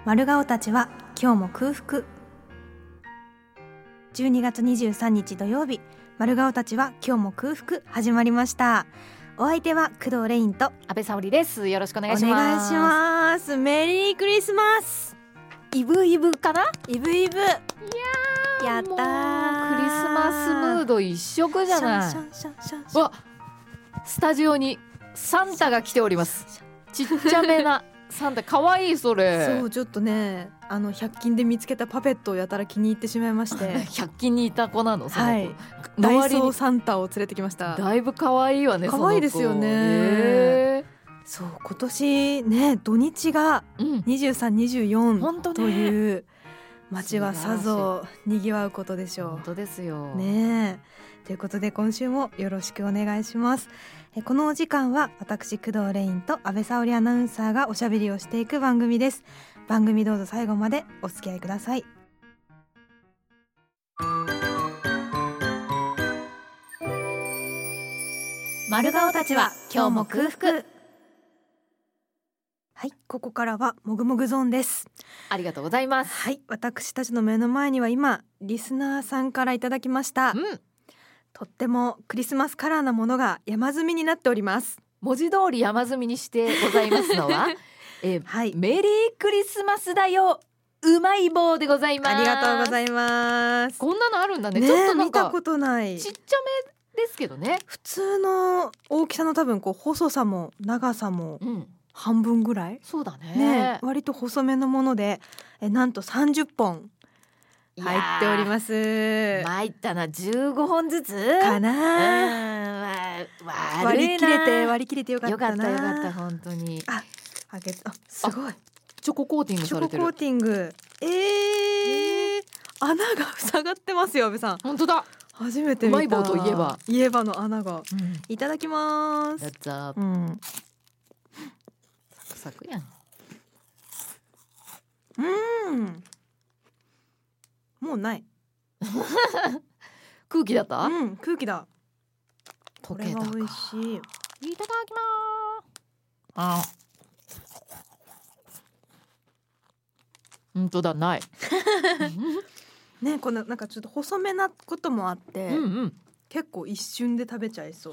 丸顔たちは今日も空腹。12月23日土曜日、丸顔たちは今日も空腹始まりました。お相手は工藤レインと安倍沙織です。よろしくお願いします。 お願いします。メリークリスマス。 イブイブかな。 イブイブ。いややったー。 もうクリスマスムード一色じゃない。わ、スタジオにサンタが来ております。ちっちゃめなサンタ、かわいい。それそうちょっとね、100均で見つけたパペットをやたら気に入ってしまいまして 100均にいた子なの、その子、はい、 ダイソーサンタを連れてきました。 だいぶかわいいわね。 かわいいですよね。そう、今年ね、土日が23、24という街はさぞにぎわうことでしょう。 本当ですよね。ということで今週もよろしくお願いします。このお時間は私工藤レインと安倍沙織アナウンサーがおしゃべりをしていく番組です。番組どうぞ最後までお付き合いください。丸顔たちは今日も空腹。はい、ここからはもぐもぐゾーンです。 ありがとうございます。 はい、私たちの目の前には今リスナーさんからいただきました、とってもクリスマスカラーなものが山積みになっております。 文字通り山積みにしてございますのははい、メリークリスマスだようまい棒でございます。 ありがとうございます。 こんなのあるんだ ね。 ちちょっとなんか見たことない。 ちっちゃめですけどね。 普通の大きさの多分こう細さも長さも半分ぐらい、 そうだ ね割と細めのものでなんと30本入っております。 参ったな。15本ずつかな。割り切れてよかったな。 よかった本当に。 すごいチョココーティングされてる。 チョココーティング。穴が塞がってますよ、安部さん。 本当だ。 初めて見た。 うまい棒といえばの穴が、いただきます。 サクサクやん。 もうない空気だった。 空気だ。 溶けたか。 これは美味しい。 いただきます。本当だ、ないね、このなんかちょっと細めなこともあって、結構一瞬で食べちゃいそう。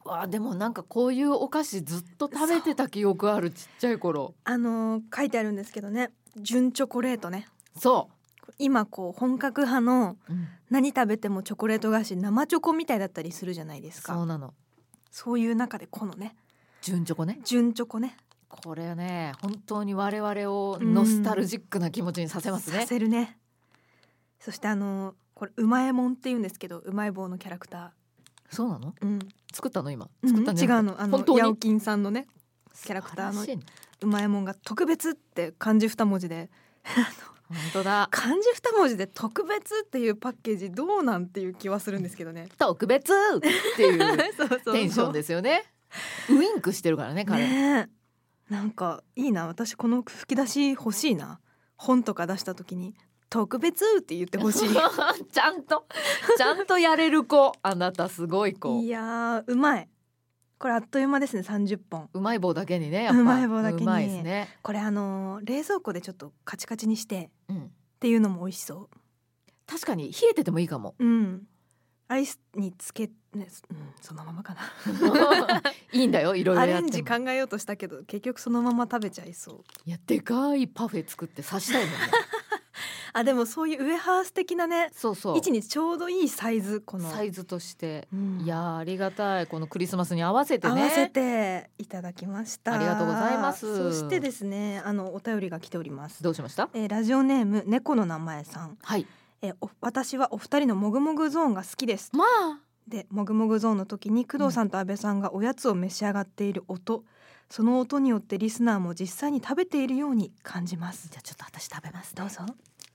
わあ、でもなんかこういうお菓子ずっと食べてた記憶ある。ちっちゃい頃。 書いてあるんですけどね、純チョコレートね。 そう、 今こう本格派の何食べてもチョコレート菓子、生チョコみたいだったりするじゃないですか。 そうなの。 そういう中でこのね、 純チョコね。 これね、本当に我々をノスタルジックな気持ちにさせますね。 させるね。そしてこれうまえもんって言うんですけど、うまい棒のキャラクター。 そうなの？作ったの今？ 作ったんじゃなくて、違うの。 本当にヤオキンさんのねキャラクターのうまえもんが特別って漢字2文字で本当だ。 漢字2文字で特別っていうパッケージどうなんていう気はするんですけどね。 特別っていうテンションですよね。ウインクしてるからね、彼ね。 なんかいいな。私この吹き出し欲しいな。本とか出した時に特別って言ってほしいちゃんとやれる子。あなたすごい子。 いやうまい。これあっという間ですね。30本。 うまい棒だけにね。やっぱうまい棒だけに。 うまいですね。 これ冷蔵庫でちょっとカチカチにして、っていうのも美味しそう。 確かに冷えててもいいかも。 アイスにつけ、そのままかな。 いいんだよ、いろいろやっても。 アレンジ考えようとしたけど結局そのまま食べちゃいそう。 いや、でかいパフェ作って刺したいもんねでもそういうウエハース的なね、 そう位置にちょうどいいサイズ、このサイズとして、いやありがたい。このクリスマスに合わせてね、 合わせていただきました。 ありがとうございます。 そしてですね、お便りが来ております。 どうしました？ ラジオネーム猫の名前さん。 はい。 私はお二人のもぐもぐゾーンが好きです。で、もぐもぐゾーンの時に工藤さんと安倍さんがおやつを召し上がっている音、その音によってリスナーも実際に食べているように感じます。 じゃあちょっと私食べますね。 どうぞ。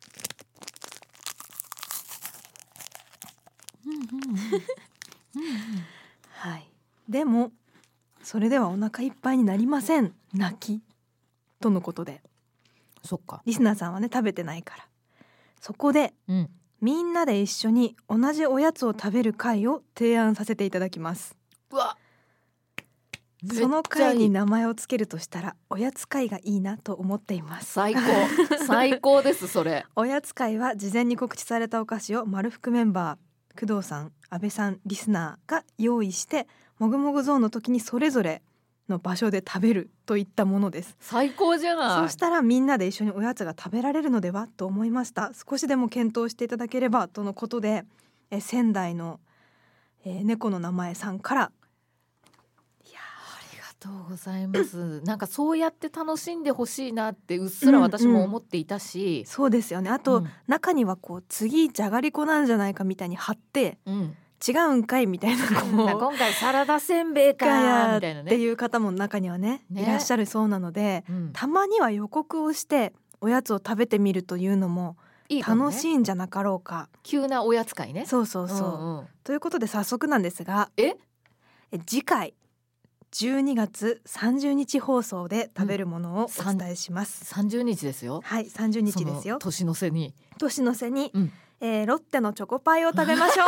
はい。でもそれではお腹いっぱいになりません。泣きとのことで。 そっか。 リスナーさんはね、食べてないから。そこで、みんなで一緒に同じおやつを食べる会を提案させていただきます。 うわ、 その会に名前をつけるとしたらおやつ会がいいなと思っています。 最高ですそれ。 おやつ会は事前に告知されたお菓子を丸福メンバー工藤さん、安倍さん、リスナーが用意してもぐもぐゾーンの時にそれぞれの場所で食べるといったものです。 最高じゃない。 そうしたらみんなで一緒におやつが食べられるのではと思いました。少しでも検討していただければとのことで、仙台の、猫の名前さんから、 いやありがとうございますなんかそうやって楽しんでほしいなってうっすら私も思っていたし、 そうですよね。あと、中にはこう次じゃがりこなんじゃないかみたいに貼って、違うんかいみたいな今回サラダせんべいかみたいなねっていう方も中にはねいらっしゃるそうなので、たまには予告をしておやつを食べてみるというのも楽しいんじゃなかろうか。 急なおやつ会ね。 そう、ということで早速なんですが、次回12月30日放送で食べるものをお伝えします。 30日ですよ。 はい、30日ですよ。 年の瀬に、 ロッテのチョコパイを食べましょう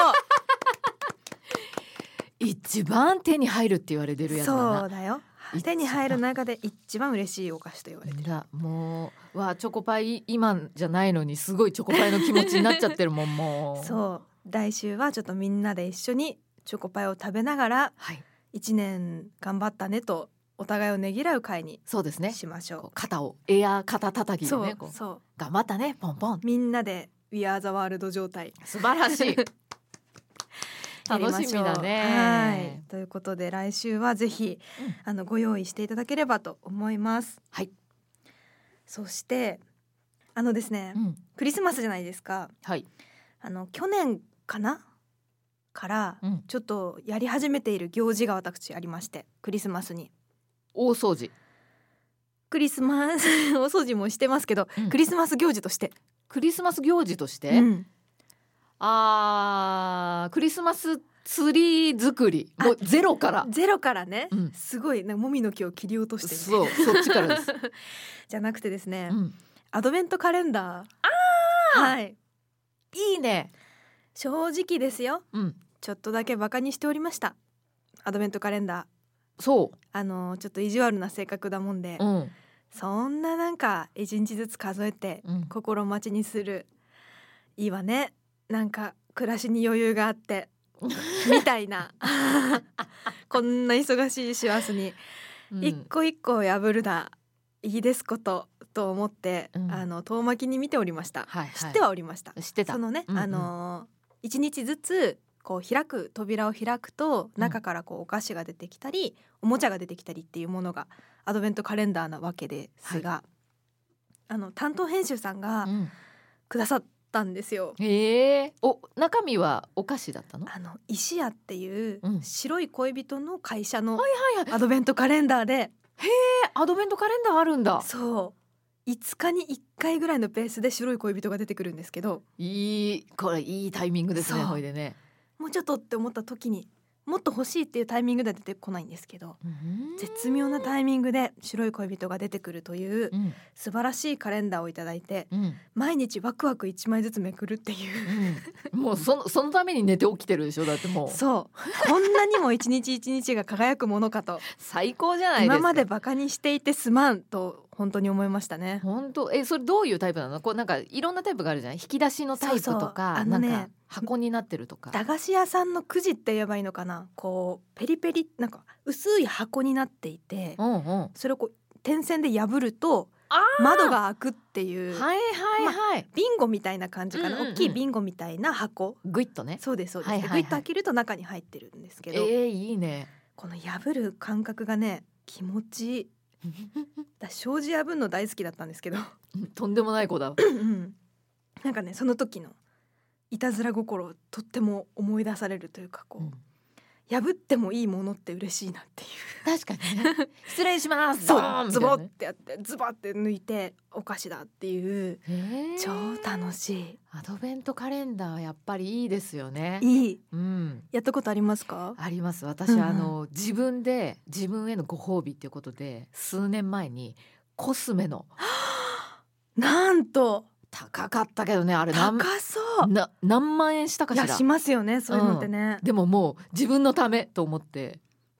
一番手に入るって言われてるやつだな。 そうだよ、手に入る中で一番嬉しいお菓子と言われてる。 もうチョコパイ今じゃないのにすごいチョコパイの気持ちになっちゃってるもんもうそう来週はちょっとみんなで一緒にチョコパイを食べながら、1年頑張ったねとお互いをねぎらう会にしましょう。 肩をエア肩叩きでね、 そう頑張ったねポンポン、 みんなで We are the world 状態。 素晴らしい楽しみだね。 ということで来週はぜひ、ご用意していただければと思います。そしてですね、クリスマスじゃないですか。去年かなから、ちょっとやり始めている行事が私ありまして、クリスマスに大掃除、 クリスマス大掃除もしてますけど、クリスマス行事として、 クリスマス行事として、クリスマスツリー作り、もうゼロからね、すごいもみの木を切り落として、 そっちからですじゃなくてですね、アドベントカレンダー、 いいね。 正直ですよ、ちょっとだけバカにしておりました。アドベントカレンダー、ちょっと意地悪な性格だもんで、そんななんか1日ずつ数えて心待ちにする、いいわね、なんか暮らしに余裕があってみたいなこんな忙しい師走に一個一個破るないいですことと思って、遠巻きに見ておりました。知ってはおりました。 知ってた。 そのね、一日ずつこう扉を開くと中からこうお菓子が出てきたり、おもちゃが出てきたりっていうものがアドベントカレンダーなわけですが、担当編集さんがくださったんですよ。 中身はお菓子だったの？ 石屋っていう白い恋人の会社のアドベントカレンダーで、 アドベントカレンダーあるんだ。 そう5日に1回ぐらいのペースで白い恋人が出てくるんですけど、 これいいタイミングですね。ほいでね、 もうちょっとって思った時にもっと欲しいっていうタイミングでは出てこないんですけど、絶妙なタイミングで白い恋人が出てくるという素晴らしいカレンダーをいただいて、毎日ワクワク1枚ずつめくるっていう、 もうそのために寝て起きてるでしょ。だってもうこんなにも一日一日が輝くものかと最高じゃないですか。 今までバカにしていてすまんと本当に思いましたね。 本当それどういうタイプなの？なんかいろんなタイプがあるじゃない。引き出しのタイプとか、なんか箱になってるとか、 駄菓子屋さんのくじって言えばいいのかな、こうペリペリなんか薄い箱になっていて、それをこう点線で破ると窓が開くっていう、ビンゴみたいな感じかな、大きいビンゴみたいな箱、 グイッとね。 そうですグイッと開けると中に入ってるんですけど、 いいね。 この破る感覚がね気持ちいい障子破るの大好きだったんですけどとんでもない子だなんかね、その時のいたずら心をとっても思い出されるというか、破ってもいいものって嬉しいなっていう。 確かにね失礼しますズボってやってズバって抜いてお菓子だっていう、超楽しい。 アドベントカレンダーやっぱりいいですよね。 やったことありますか？ あります。私、自分へのご褒美っていうことで数年前にコスメのなんと高かったけどね、あれ高そう何万円したかしら。 しますよねそういうのってね、 でももう自分のためと思って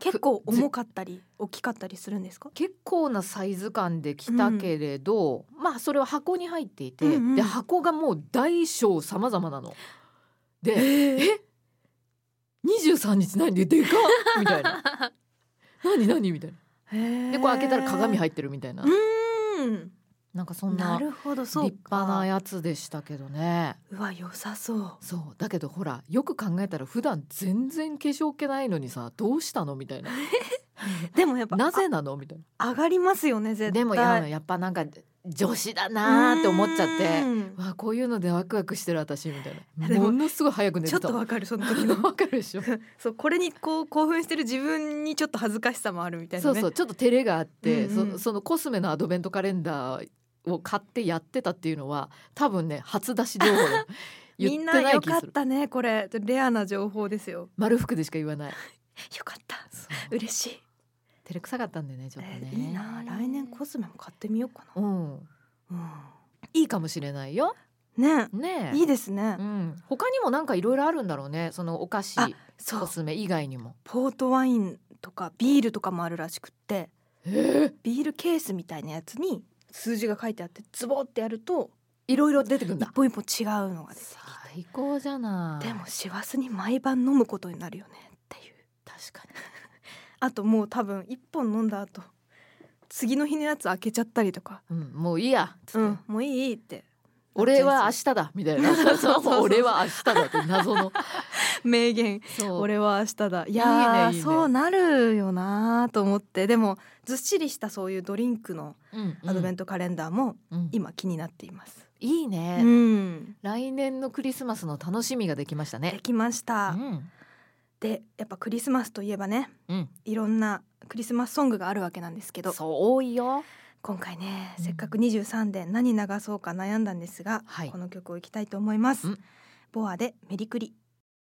結構重かったり大きかったりするんですか？ 結構なサイズ感で来たけれど、まあそれは箱に入っていて、で箱がもう大小様々なので、23日何でかっみたいな何みたいな。でこれ開けたら鏡入ってるみたいな。なんかそんな立派なやつでしたけどね。 うわ良さそう。 そうだけどほらよく考えたら普段全然化粧気ないのにさ、どうしたのみたいなでもやっぱなぜなのみたいな。 上がりますよね絶対。 でもやっぱなんか女子だなって思っちゃって、わこういうのでワクワクしてる私みたいな。ものすごい早く寝てた。 ちょっとわかるその時のわかるでしょそうこれにこう興奮してる自分にちょっと恥ずかしさもあるみたいなね。 そうちょっと照れがあって、そのコスメのアドベントカレンダーを買ってやってたっていうのは多分ね初出し情報みんなよかったね。これレアな情報ですよ。 丸福でしか言わない。よかった嬉しい。 照れくさかったんでねちょっとね、 いいな来年コスメも買ってみようかな。 いいかもしれないよねいいですね、 他にもなんかいろいろあるんだろうね。そのお菓子コスメ以外にもポートワインとかビールとかもあるらしくって、ビールケースみたいなやつに数字が書いてあってズボってやるといろいろ出てくるんだ。 一本一本違うのが出てきて最高じゃない。 でも師走に毎晩飲むことになるよねっていう。 確かにあともう多分一本飲んだ後次の日のやつ開けちゃったりとか、 もういいやっつって、 もういいって俺は明日だみたいな俺は明日だって謎の名言。俺は明日だ。いやいいねそうなるよなと思って。でもずっしりしたそういうドリンクのアドベントカレンダーも今気になっています、 いいね、来年のクリスマスの楽しみができましたね。 できました、でやっぱクリスマスといえばね、いろんなクリスマスソングがあるわけなんですけど、 そう多いよ。 今回ね、せっかく23で何流そうか悩んだんですが、この曲をいきたいと思います、ボアでメリクリ。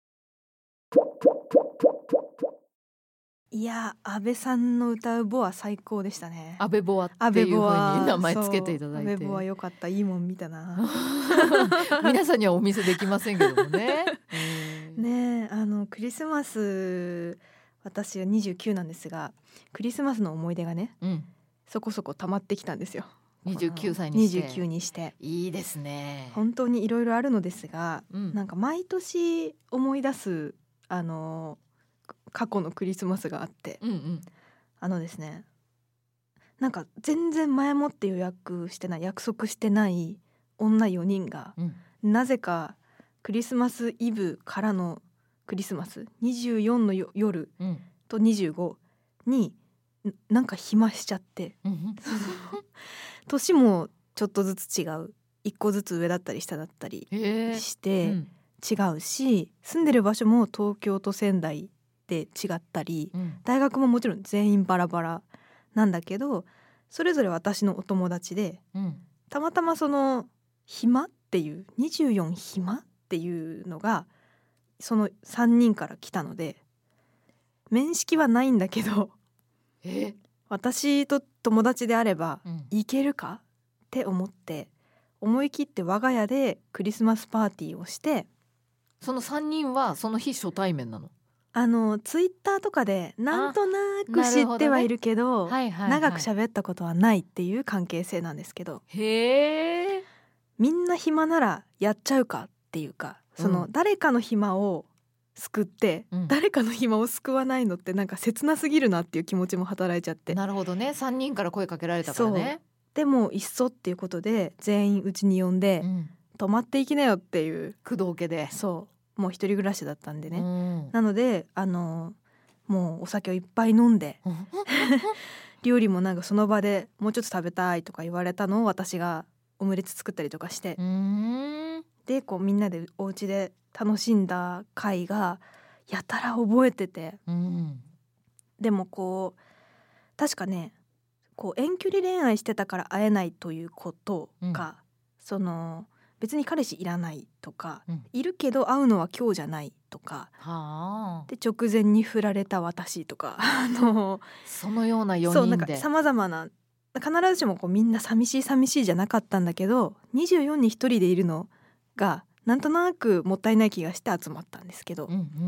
いや安倍さんの歌うボア最高でしたね。 安倍ボアっていう風に名前つけていただいて、 安倍ボア良かった。いいもん見たな皆さんにはお見せできませんけどもねねえクリスマス私は29なんですが、クリスマスの思い出がね、そこそこ溜まってきたんですよ。 29歳にして 29にしていいですね。 本当にいろいろあるのですが、なんか毎年思い出す過去のクリスマスがあって、ですね、なんか全然前もって約束してない女4人が、なぜかクリスマスイブからのクリスマス24の夜と25になんか暇しちゃって、年もちょっとずつ違う、1個ずつ上だったり下だったりして、違うし、住んでる場所も東京と仙台で違ったり、大学ももちろん全員バラバラなんだけど、それぞれ私のお友達で、たまたまその暇っていう24暇っていうのがその3人から来たので、面識はないんだけど、私と友達であればいけるかって思って、思い切って我が家でクリスマスパーティーをして。 その3人はその日初対面なの？ ツイッターとかでなんとなく知ってはいるけど、長く喋ったことはないっていう関係性なんですけど、みんな暇ならやっちゃうかっていうか、その誰かの暇を救って、誰かの暇を救わないのってなんか切なすぎるなっていう気持ちも働いちゃって。 なるほどね、3人から声かけられたからね。 でもいっそっていうことで全員うちに呼んで、泊まっていきなよっていう。 工藤家で。 もう一人暮らしだったんでね、なのでもうお酒をいっぱい飲んで料理もなんかその場でもうちょっと食べたいとか言われたのを私がオムレツ作ったりとかして、でこうみんなでお家で楽しんだ回がやたら覚えてて、でもこう確かね、こう遠距離恋愛してたから会えないということが、その別に彼氏いらないとか、いるけど会うのは今日じゃないとか、で直前に振られた私とかそのような4人で、 なんか様々な、必ずしもこうみんな寂しいじゃなかったんだけど、24に1人でいるのがなんとなくもったいない気がして集まったんですけど、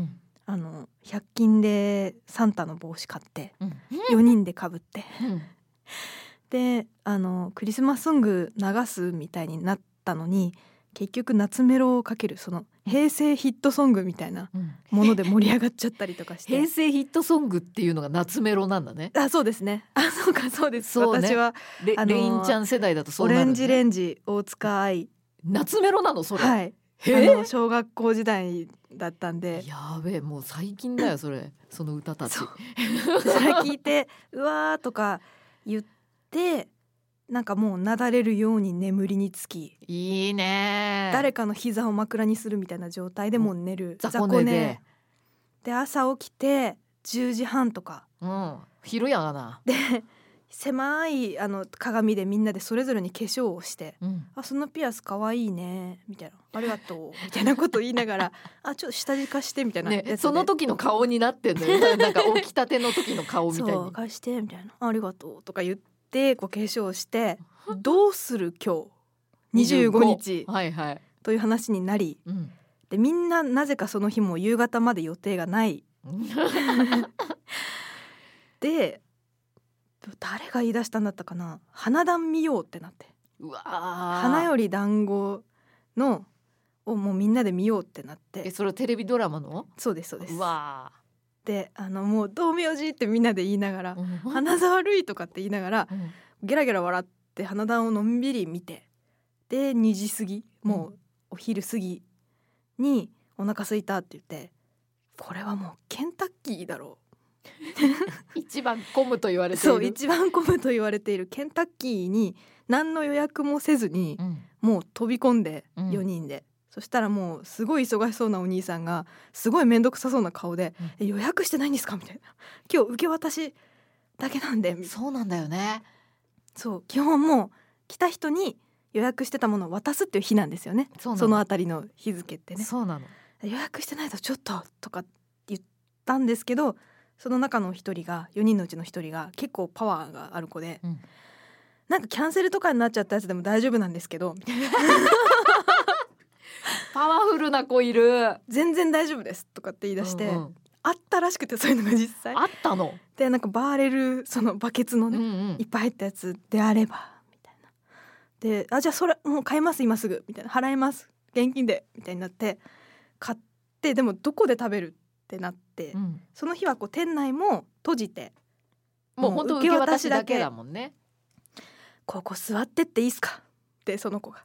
100均でサンタの帽子買ってうん 4人でかぶってうんでクリスマスソング流すみたいになったのに結局夏メロをかけるその平成ヒットソングみたいなうんもので盛り上がっちゃったりとかして平成ヒットソングっていうのが夏メロなんだね。 そうですねそうかそうですそうね私はレインちゃん世代だとそオうなる、ね、 レンジレンジ大塚愛夏メロなのそれ、 はいへ小学校時代だったんでやべえもう最近だよそれその歌たち。 そうそれ聞いてうわーとか言ってなんかもうなだれるように眠りにつきいいね。 誰かの膝を枕にするみたいな状態でもう寝る雑魚寝で、 で朝起きて10時半とか昼やがな。 で狭い鏡でみんなでそれぞれに化粧をしてそのピアスかわいいねみたいなありがとうみたいなこと言いながらちょっと下地貸してみたいなやつで、 ね、その時の顔になってんのよなんか起きたての時の顔みたいにそう貸してみたいなありがとうとか言ってこう化粧してどうする今日25日はいはいという話になり、でみんななぜかその日も夕方まで予定がないで誰が言い出したんだったかな花壇見ようってなってうわ花より団子のをもうみんなで見ようってなってそれはテレビドラマのそうですそうですうわでもう道明寺ってみんなで言いながら花沢類とかって言いながらゲラゲラ笑って花壇をのんびり見てで2時過ぎもうお昼過ぎにお腹空いたって言ってこれはもうケンタッキーだろう一番混むと言われているそう一番混むと言われているケンタッキーに何の予約もせずに、もう飛び込んで4人で、そしたらもうすごい忙しそうなお兄さんがすごい面倒くさそうな顔で、予約してないんですかみたいな今日受け渡しだけなんでみたいなそうなんだよねそう基本もう来た人に予約してたものを渡すっていう日なんですよねそのあたりの日付ってねそうなの予約してないとちょっととか言ったんですけどその中の一人が4人のうちの一人が結構パワーがある子で、なんかキャンセルとかになっちゃったやつでも大丈夫なんですけどみたいなパワフルな子いる全然大丈夫ですとかって言い出して、あったらしくてそういうのが実際あったのでなんかバーレルそのバケツのね、いっぱい入ったやつであればみたいなでじゃあそれもう買います今すぐみたいな払います現金でみたいになって買ってでもどこで食べるってなって、その日はこう店内も閉じてもう本当受け渡しだけだもんねここ座ってっていいっすかってその子が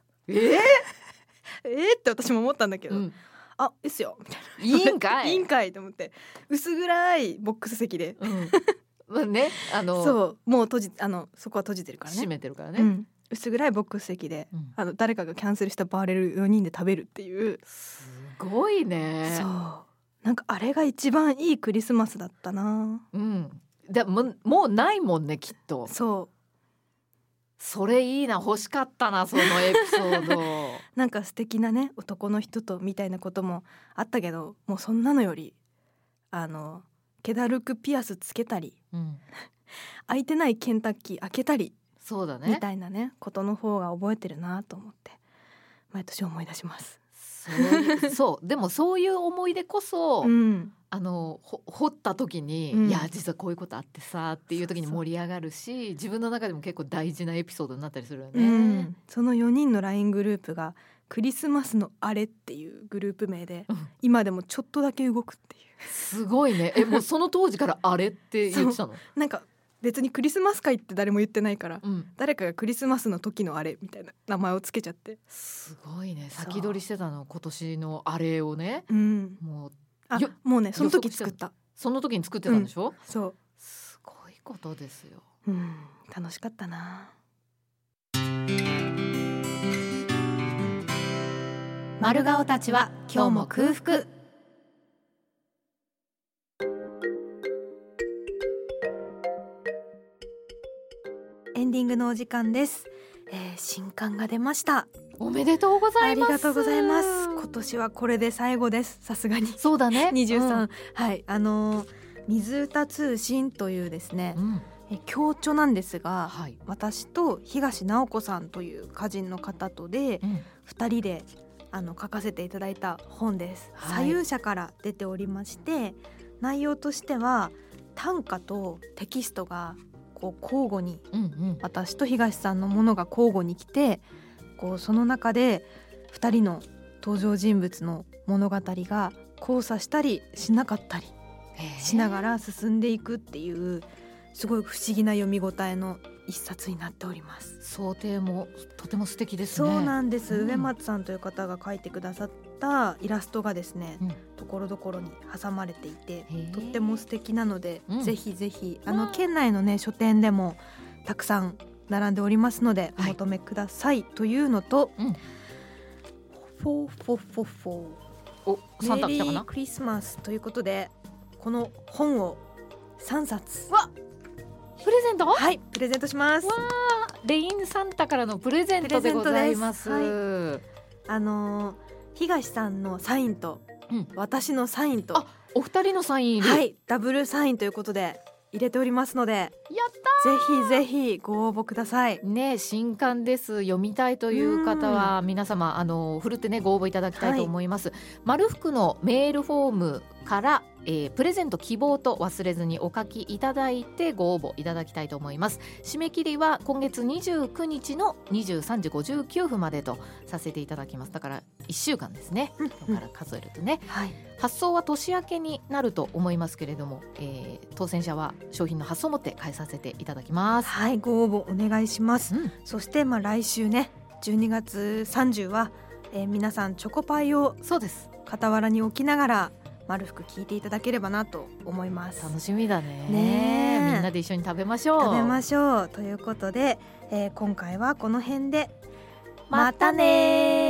って私も思ったんだけど、いいっすよみたいな。 いいんかいいいんかいと思って薄暗いボックス席で、 ねそうもう閉じそこは閉じてるからね閉めてるからね、 薄暗いボックス席で、誰かがキャンセルしたバーレル4人で食べるっていうすごいねそうなんかあれが一番いいクリスマスだったな。 でもうないもんねきっと。それいいな欲しかったなそのエピソードなんか素敵なね男の人とみたいなこともあったけどもうそんなのより気だるくピアスつけたり、開いてないケンタッキー開けたりそうだねみたいなねことの方が覚えてるなと思って毎年思い出します。 そうでもそういう思い出こそ、掘った時に、いや実はこういうことあってさっていう時に盛り上がるし自分の中でも結構大事なエピソードになったりするよね、 その4人の LINE グループがクリスマスのあれっていうグループ名で、今でもちょっとだけ動くっていうすごいねもうその当時からあれって言ってたのなんか別にクリスマス会って誰も言ってないから、誰かがクリスマスの時のあれみたいな名前をつけちゃってすごいね先取りしてたの今年のあれをね、もうねその時作ったその時に作ってたんでしょ、 そうすごいことですよ、 楽しかったな。 丸顔たちは今日も空腹。 エンディングのお時間です、新刊が出ました。 おめでとうございます。 ありがとうございます。今年はこれで最後です。さすがにそうだね 23、はい水歌通信というですね、共著なんですが、私と東直子さんという歌人の方とで、2人で書かせていただいた本です、 はい、 左右者から出ておりまして、内容としては短歌とテキストがこう交互に、私と東さんのものが交互に来て、こうその中で2人の登場人物の物語が交差したりしなかったりしながら進んでいくっていう、すごい不思議な読み応えの一冊になっております。 想定もとても素敵ですね。 そうなんです、植松さんという方が描いてくださったイラストがですね、ところどころに挟まれていてとっても素敵なので、ぜひぜひ県内のね書店でもたくさん並んでおりますのでお求めください、というのと、フォーフォフォフォおサンタ来たかな。 メリークリスマスということで、この本を3冊プレゼント、 はい、プレゼントします。 レインサンタからのプレゼントでございます。 東さんのサインと、私のサインと、 お二人のサイン、 はい、ダブルサインということで入れておりますので、 やったぜひぜひご応募くださいね。新刊です。読みたいという方は皆様ふるってねご応募いただきたいと思います、丸福のメールフォームからプレゼント希望と忘れずにお書きいただいてご応募いただきたいと思います。締め切りは今月29日の23時59分までとさせていただきます。だから1週間ですね、だから数えるとね、発送は年明けになると思いますけれども、当選者は商品の発送をもって返させていただきます。 はい、ご応募お願いします、そして来週ね12月30は、皆さんチョコパイを傍らに置きながら丸福聞いていただければなと思います。 楽しみだ ね。みんなで一緒に食べましょうということで、今回はこの辺でまたね。